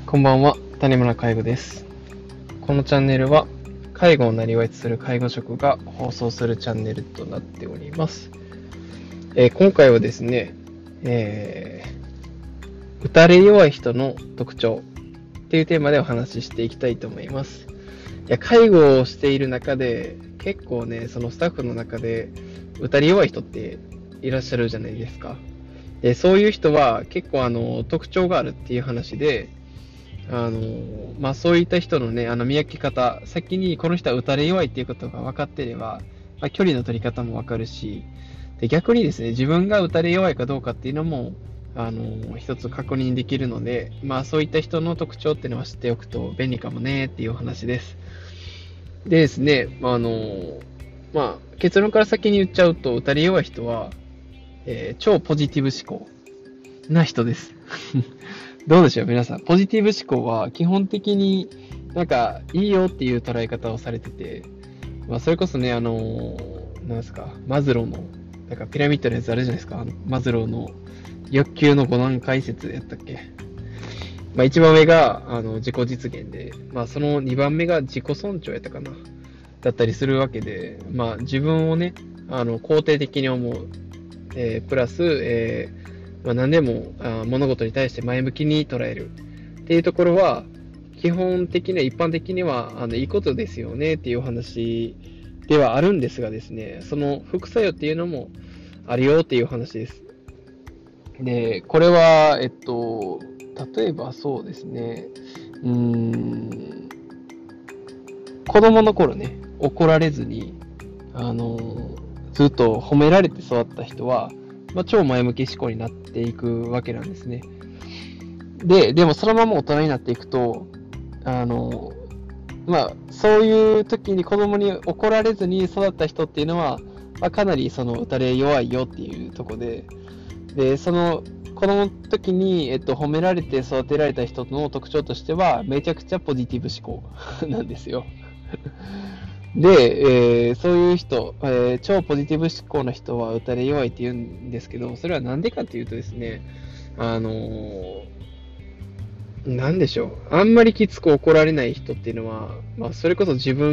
こんばんは、谷村介護です。このチャンネルは、介護をなりわいとする介護職が放送するチャンネルとなっております。今回はですね、打たれ弱い人の特徴っていうテーマでお話ししていきたいと思います。介護をしている中で、結構ね、そのスタッフの中で、打たれ弱い人っていらっしゃるじゃないですか。で、そういう人は結構特徴があるっていう話で、そういった人のね、見分け方、先にこの人は打たれ弱いっていうことが分かっていれば、距離の取り方も分かるし、で、逆にですね、自分が打たれ弱いかどうかっていうのも、一つ確認できるので、そういった人の特徴っていうのは知っておくと便利かもねっていうお話です。でですね、結論から先に言っちゃうと、打たれ弱い人は、超ポジティブ思考な人です。どうでしょう皆さん。ポジティブ思考は基本的にいいよっていう捉え方をされてて、それこそね、なんですか、マズローの、ピラミッドのやつあるじゃないですか。マズローの欲求の5段階説やったっけ。1番目が、自己実現で、その2番目が自己尊重やったかな。だったりするわけで、自分をね、肯定的に思う。プラス、何でも物事に対して前向きに捉えるっていうところは、基本的には、一般的にはいいことですよねっていうお話ではあるんですがですね、その副作用っていうのもあるよっていう話です。で、これは、例えばそうですね、子供の頃ね、怒られずに、ずっと褒められて育った人は、超前向き思考になっていくわけなんですね。でもそのまま大人になっていくと、そういう時に子供に怒られずに育った人っていうのは、かなりその打たれ弱いよっていうところで、その子供の時に、褒められて育てられた人の特徴としては、めちゃくちゃポジティブ思考なんですよ。で、そういう人、超ポジティブ思考の人は打たれ弱いって言うんですけど、それはなんでかっていうとですね、なんでしょう。あんまりきつく怒られない人っていうのは、それこそ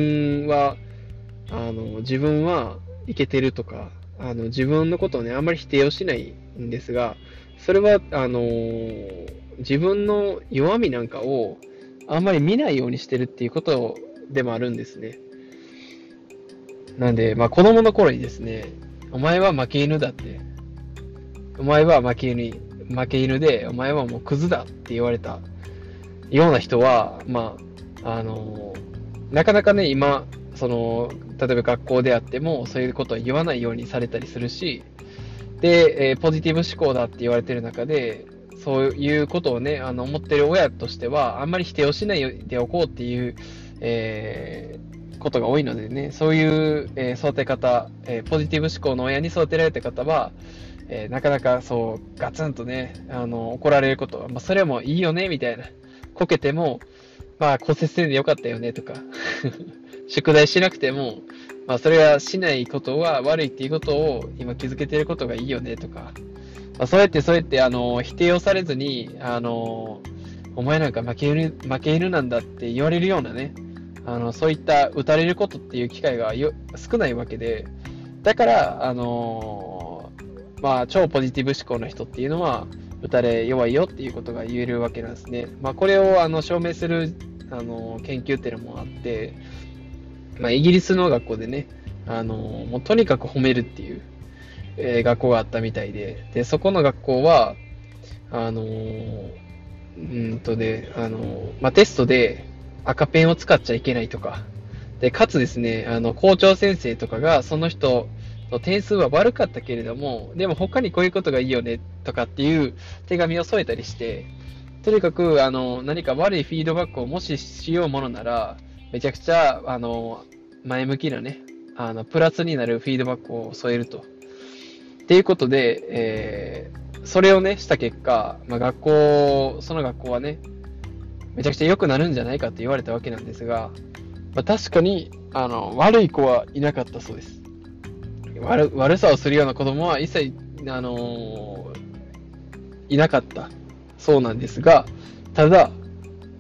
自分はいけてるとか、自分のことをね、あんまり否定をしないんですが、それは、自分の弱みなんかをあんまり見ないようにしてるっていうことでもあるんですね。なんで、子供の頃にですね、お前は負け犬だって、お前は負け犬で、お前はもうクズだって言われたような人は、なかなかね、今、例えば学校であっても、そういうことは言わないようにされたりするし、で、ポジティブ思考だって言われてる中で、そういうことをね、思ってる親としては、あんまり否定をしないでおこうっていう、ことが多いのでね、そういう、育て方、ポジティブ思考の親に育てられた方は、なかなかそうガツンとね、怒られることは、それもいいよねみたいな、こけても骨折せんでよかったよねとか宿題しなくても、それはしないことは悪いっていうことを今気づけてることがいいよねとか、そうやって否定をされずにお前なんか負け犬なんだって言われるようなね、そういった打たれることっていう機会が少ないわけで、だから超ポジティブ思考の人っていうのは打たれ弱いよっていうことが言えるわけなんですね。これを証明する研究っていうのもあって、イギリスの学校でね、もうとにかく褒めるっていう、学校があったみたいで、そこの学校は、テストで赤ペンを使っちゃいけないとか、で、かつですね、校長先生とかがその人の点数は悪かったけれども、でも他にこういうことがいいよねとかっていう手紙を添えたりして、とにかく、何か悪いフィードバックをもししようものなら、めちゃくちゃ、前向きなね、プラスになるフィードバックを添えると。っていうことで、それをね、した結果、その学校はね、めちゃくちゃ良くなるんじゃないかって言われたわけなんですが、確かに、悪い子はいなかったそうです。悪さをするような子供は一切、いなかったそうなんですが、ただ、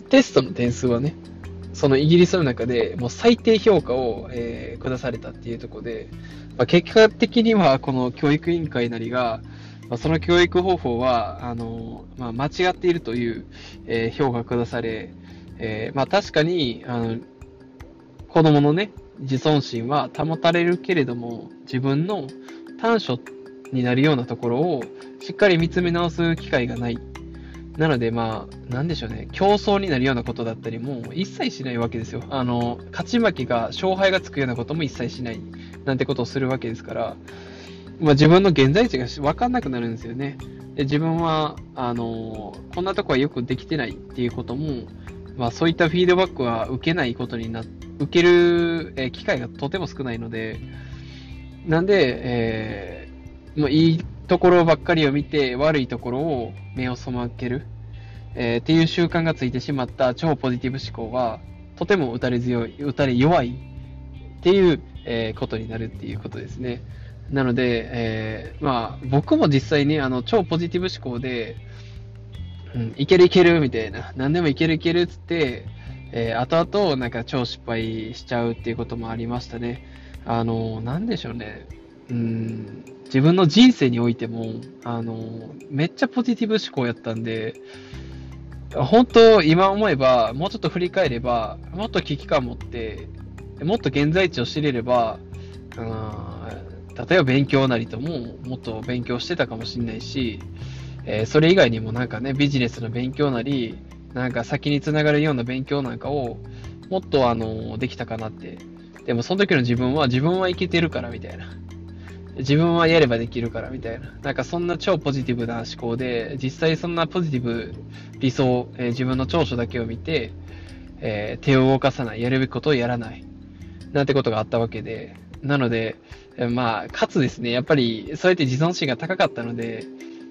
テストの点数はね、そのイギリスの中でもう最低評価を、下されたっていうところで、結果的にはこの教育委員会なりが、その教育方法は間違っているという、評価が下され、確かに子供のね、自尊心は保たれるけれども、自分の短所になるようなところをしっかり見つめ直す機会がない。なので、なんでしょうね、競争になるようなことだったりも一切しないわけですよ。勝ち負けが、勝敗がつくようなことも一切しない。なんてことをするわけですから、自分の現在地が分かんなくなるんですよね。で、自分は、こんなとこはよくできてないっていうことも、そういったフィードバックは受けないことに受ける、機会がとても少ないので、なんで、もういいところばっかりを見て、悪いところを目を背ける、っていう習慣がついてしまった超ポジティブ思考は、とても打たれ弱いっていう、ことになるっていうことですね。なので、僕も実際に超ポジティブ思考で、いけるいけるみたいな、何でもいけるいけるっつって、後々なんか超失敗しちゃうっていうこともありましたね。なんでしょうね。自分の人生においても、めっちゃポジティブ思考やったんで、本当今思えば、もうちょっと振り返れば、もっと危機感持って、もっと現在地を知れれば、例えば勉強なりとも、もっと勉強してたかもしれないし、それ以外にもなんかね、ビジネスの勉強なり、なんか先につながるような勉強なんかを、もっとできたかなって。でもその時の自分はいけてるからみたいな。自分はやればできるからみたいな。なんかそんな超ポジティブな思考で、実際そんなポジティブ理想、自分の長所だけを見て、手を動かさない、やるべきことをやらない。なんてことがあったわけで。なので、かつですね、やっぱりそうやって自尊心が高かったので、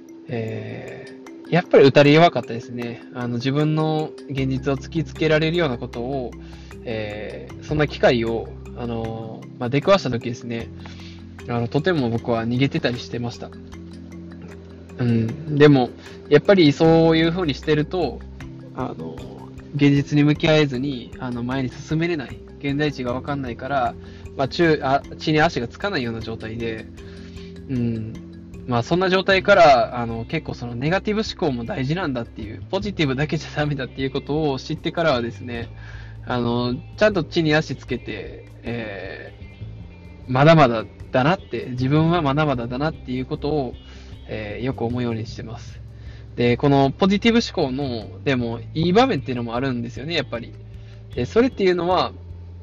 やっぱり打たれ弱かったですね。自分の現実を突きつけられるようなことを、そんな機会を、出くわした時ですね、とても僕は逃げてたりしてました。でも、やっぱりそういう風にしてると、現実に向き合えずに、前に進めれない。現在地がわかんないから、地に足がつかないような状態で、そんな状態から、結構そのネガティブ思考も大事なんだっていう、ポジティブだけじゃダメだっていうことを知ってからはですね、ちゃんと地に足つけて、まだまだだなって、自分はまだまだだなっていうことを、よく思うようにしてます。で、このポジティブ思考の、でも、いい場面っていうのもあるんですよね、やっぱり。で、それっていうのは、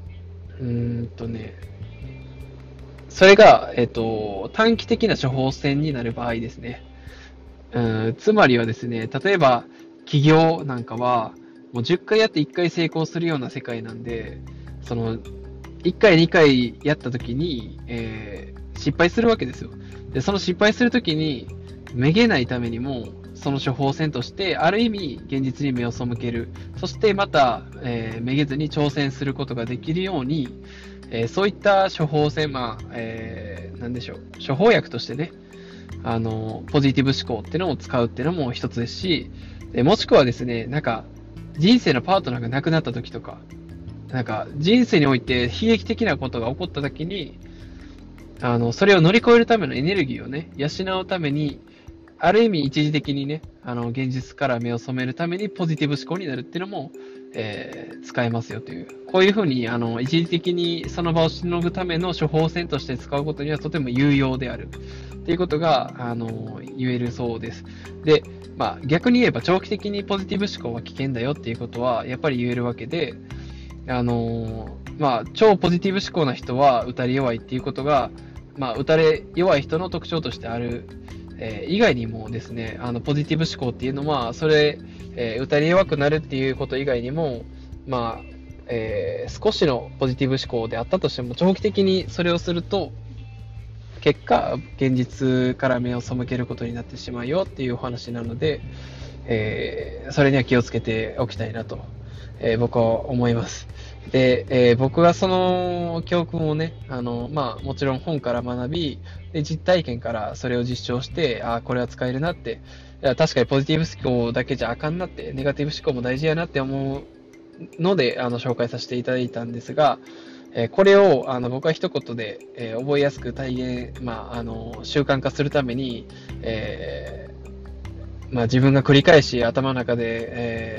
それが、短期的な処方箋になる場合ですね。つまりはですね、例えば、起業なんかは、もう10回やって1回成功するような世界なんで、その、1回2回やった時に、失敗するわけですよ。で、その失敗する時に、めげないためにも、その処方箋として、ある意味、現実に目を背ける。そしてまた、めげずに挑戦することができるように、そういった処方箋、なんでしょう、処方薬としてね、ポジティブ思考っていうのを使うっていうのも一つですし、もしくはですね、なんか、人生のパートナーが亡くなった時とか、なんか、人生において悲劇的なことが起こった時に、それを乗り越えるためのエネルギーをね、養うために、ある意味一時的にね、現実から目を染めるためにポジティブ思考になるっていうのも、使えますよという。こういうふうに、一時的にその場をしのぐための処方箋として使うことにはとても有用である。っていうことが、言えるそうです。で、逆に言えば長期的にポジティブ思考は危険だよっていうことは、やっぱり言えるわけで、超ポジティブ思考な人は打たれ弱いっていうことが、打たれ弱い人の特徴としてある、以外にもですね、ポジティブ思考っていうのは、打たれ弱くなるっていうこと以外にも、少しのポジティブ思考であったとしても、長期的にそれをすると、結果、現実から目を背けることになってしまうよっていうお話なので、それには気をつけておきたいなと、僕は思います。 で、僕がその教訓をね、もちろん本から学び、で、実体験からそれを実証して、これは使えるなって、いや確かにポジティブ思考だけじゃあかんなって、ネガティブ思考も大事やなって思うので、紹介させていただいたんですが、これを、僕は一言で、覚えやすく体現、習慣化するために、自分が繰り返し頭の中で、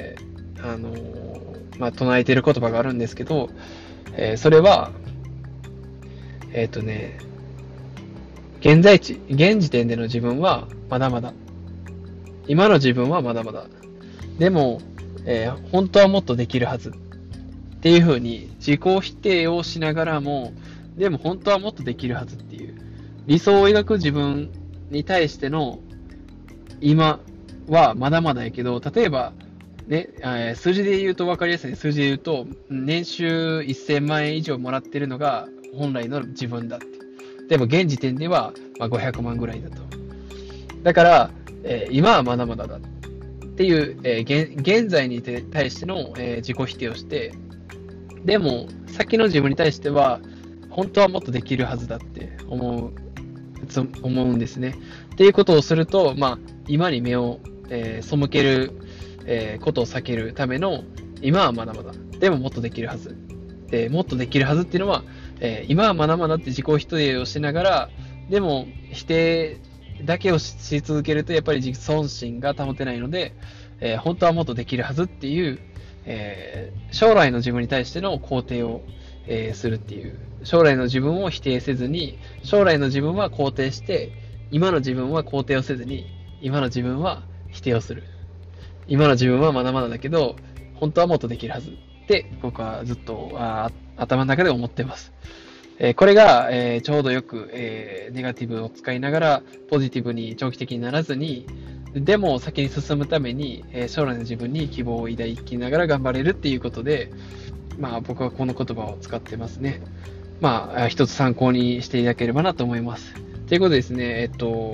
唱えている言葉があるんですけど、それは、えっ、とね、現在地、現時点での自分はまだまだ。今の自分はまだまだ。でも、本当はもっとできるはず。っていう風に自己否定をしながらも、でも本当はもっとできるはずっていう理想を描く自分に対しての今はまだまだやけど、例えば、ね、数字で言うと分かりやすい。数字で言うと、年収1000万円以上もらってるのが本来の自分だって。でも現時点では、500万ぐらいだと。だから、今はまだまだだっていう、現在に対しての、自己否定をして、でも先の自分に対しては、本当はもっとできるはずだって思うんですね。っていうことをすると、今に目を、背ける、ことを避けるための、今はまだまだ。でももっとできるはず。で、もっとできるはずっていうのは、今はまだまだって自己否定をしながら、でも否定だけをし続けると、やっぱり自尊心が保てないので、本当はもっとできるはずっていう、将来の自分に対しての肯定を、するっていう。将来の自分を否定せずに、将来の自分は肯定して、今の自分は肯定をせずに、今の自分は否定をする。今の自分はまだまだだけど、本当はもっとできるはずって僕はずっと頭の中で思ってます。これが、ちょうどよく、ネガティブを使いながらポジティブに長期的にならずに、でも先に進むために、将来の自分に希望を抱きながら頑張れるっていうことで、僕はこの言葉を使ってますね。一つ参考にしていただければなと思います。ということでですね、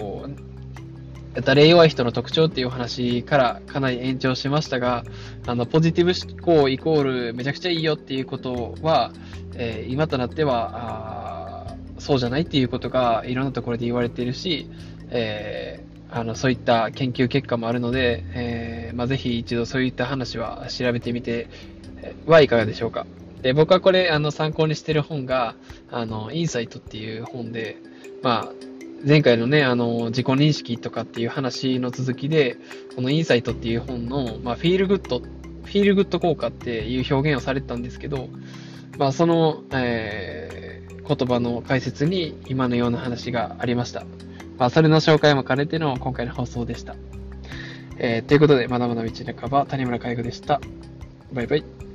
誰弱い人の特徴っていうお話からかなり延長しましたが、ポジティブ思考イコールめちゃくちゃいいよっていうことは、今となってはそうじゃないっていうことがいろんなところで言われているし、そういった研究結果もあるので、ぜひ一度そういった話は調べてみてはいかがでしょうか。で、僕はこれ参考にしている本がインサイトっていう本で、前回のね、自己認識とかっていう話の続きで、このインサイトっていう本の、フィールグッド効果っていう表現をされてたんですけど、その、言葉の解説に今のような話がありました。それの紹介も兼ねての今回の放送でした。ということで、まだまだ道半ば、谷村海部でした。バイバイ。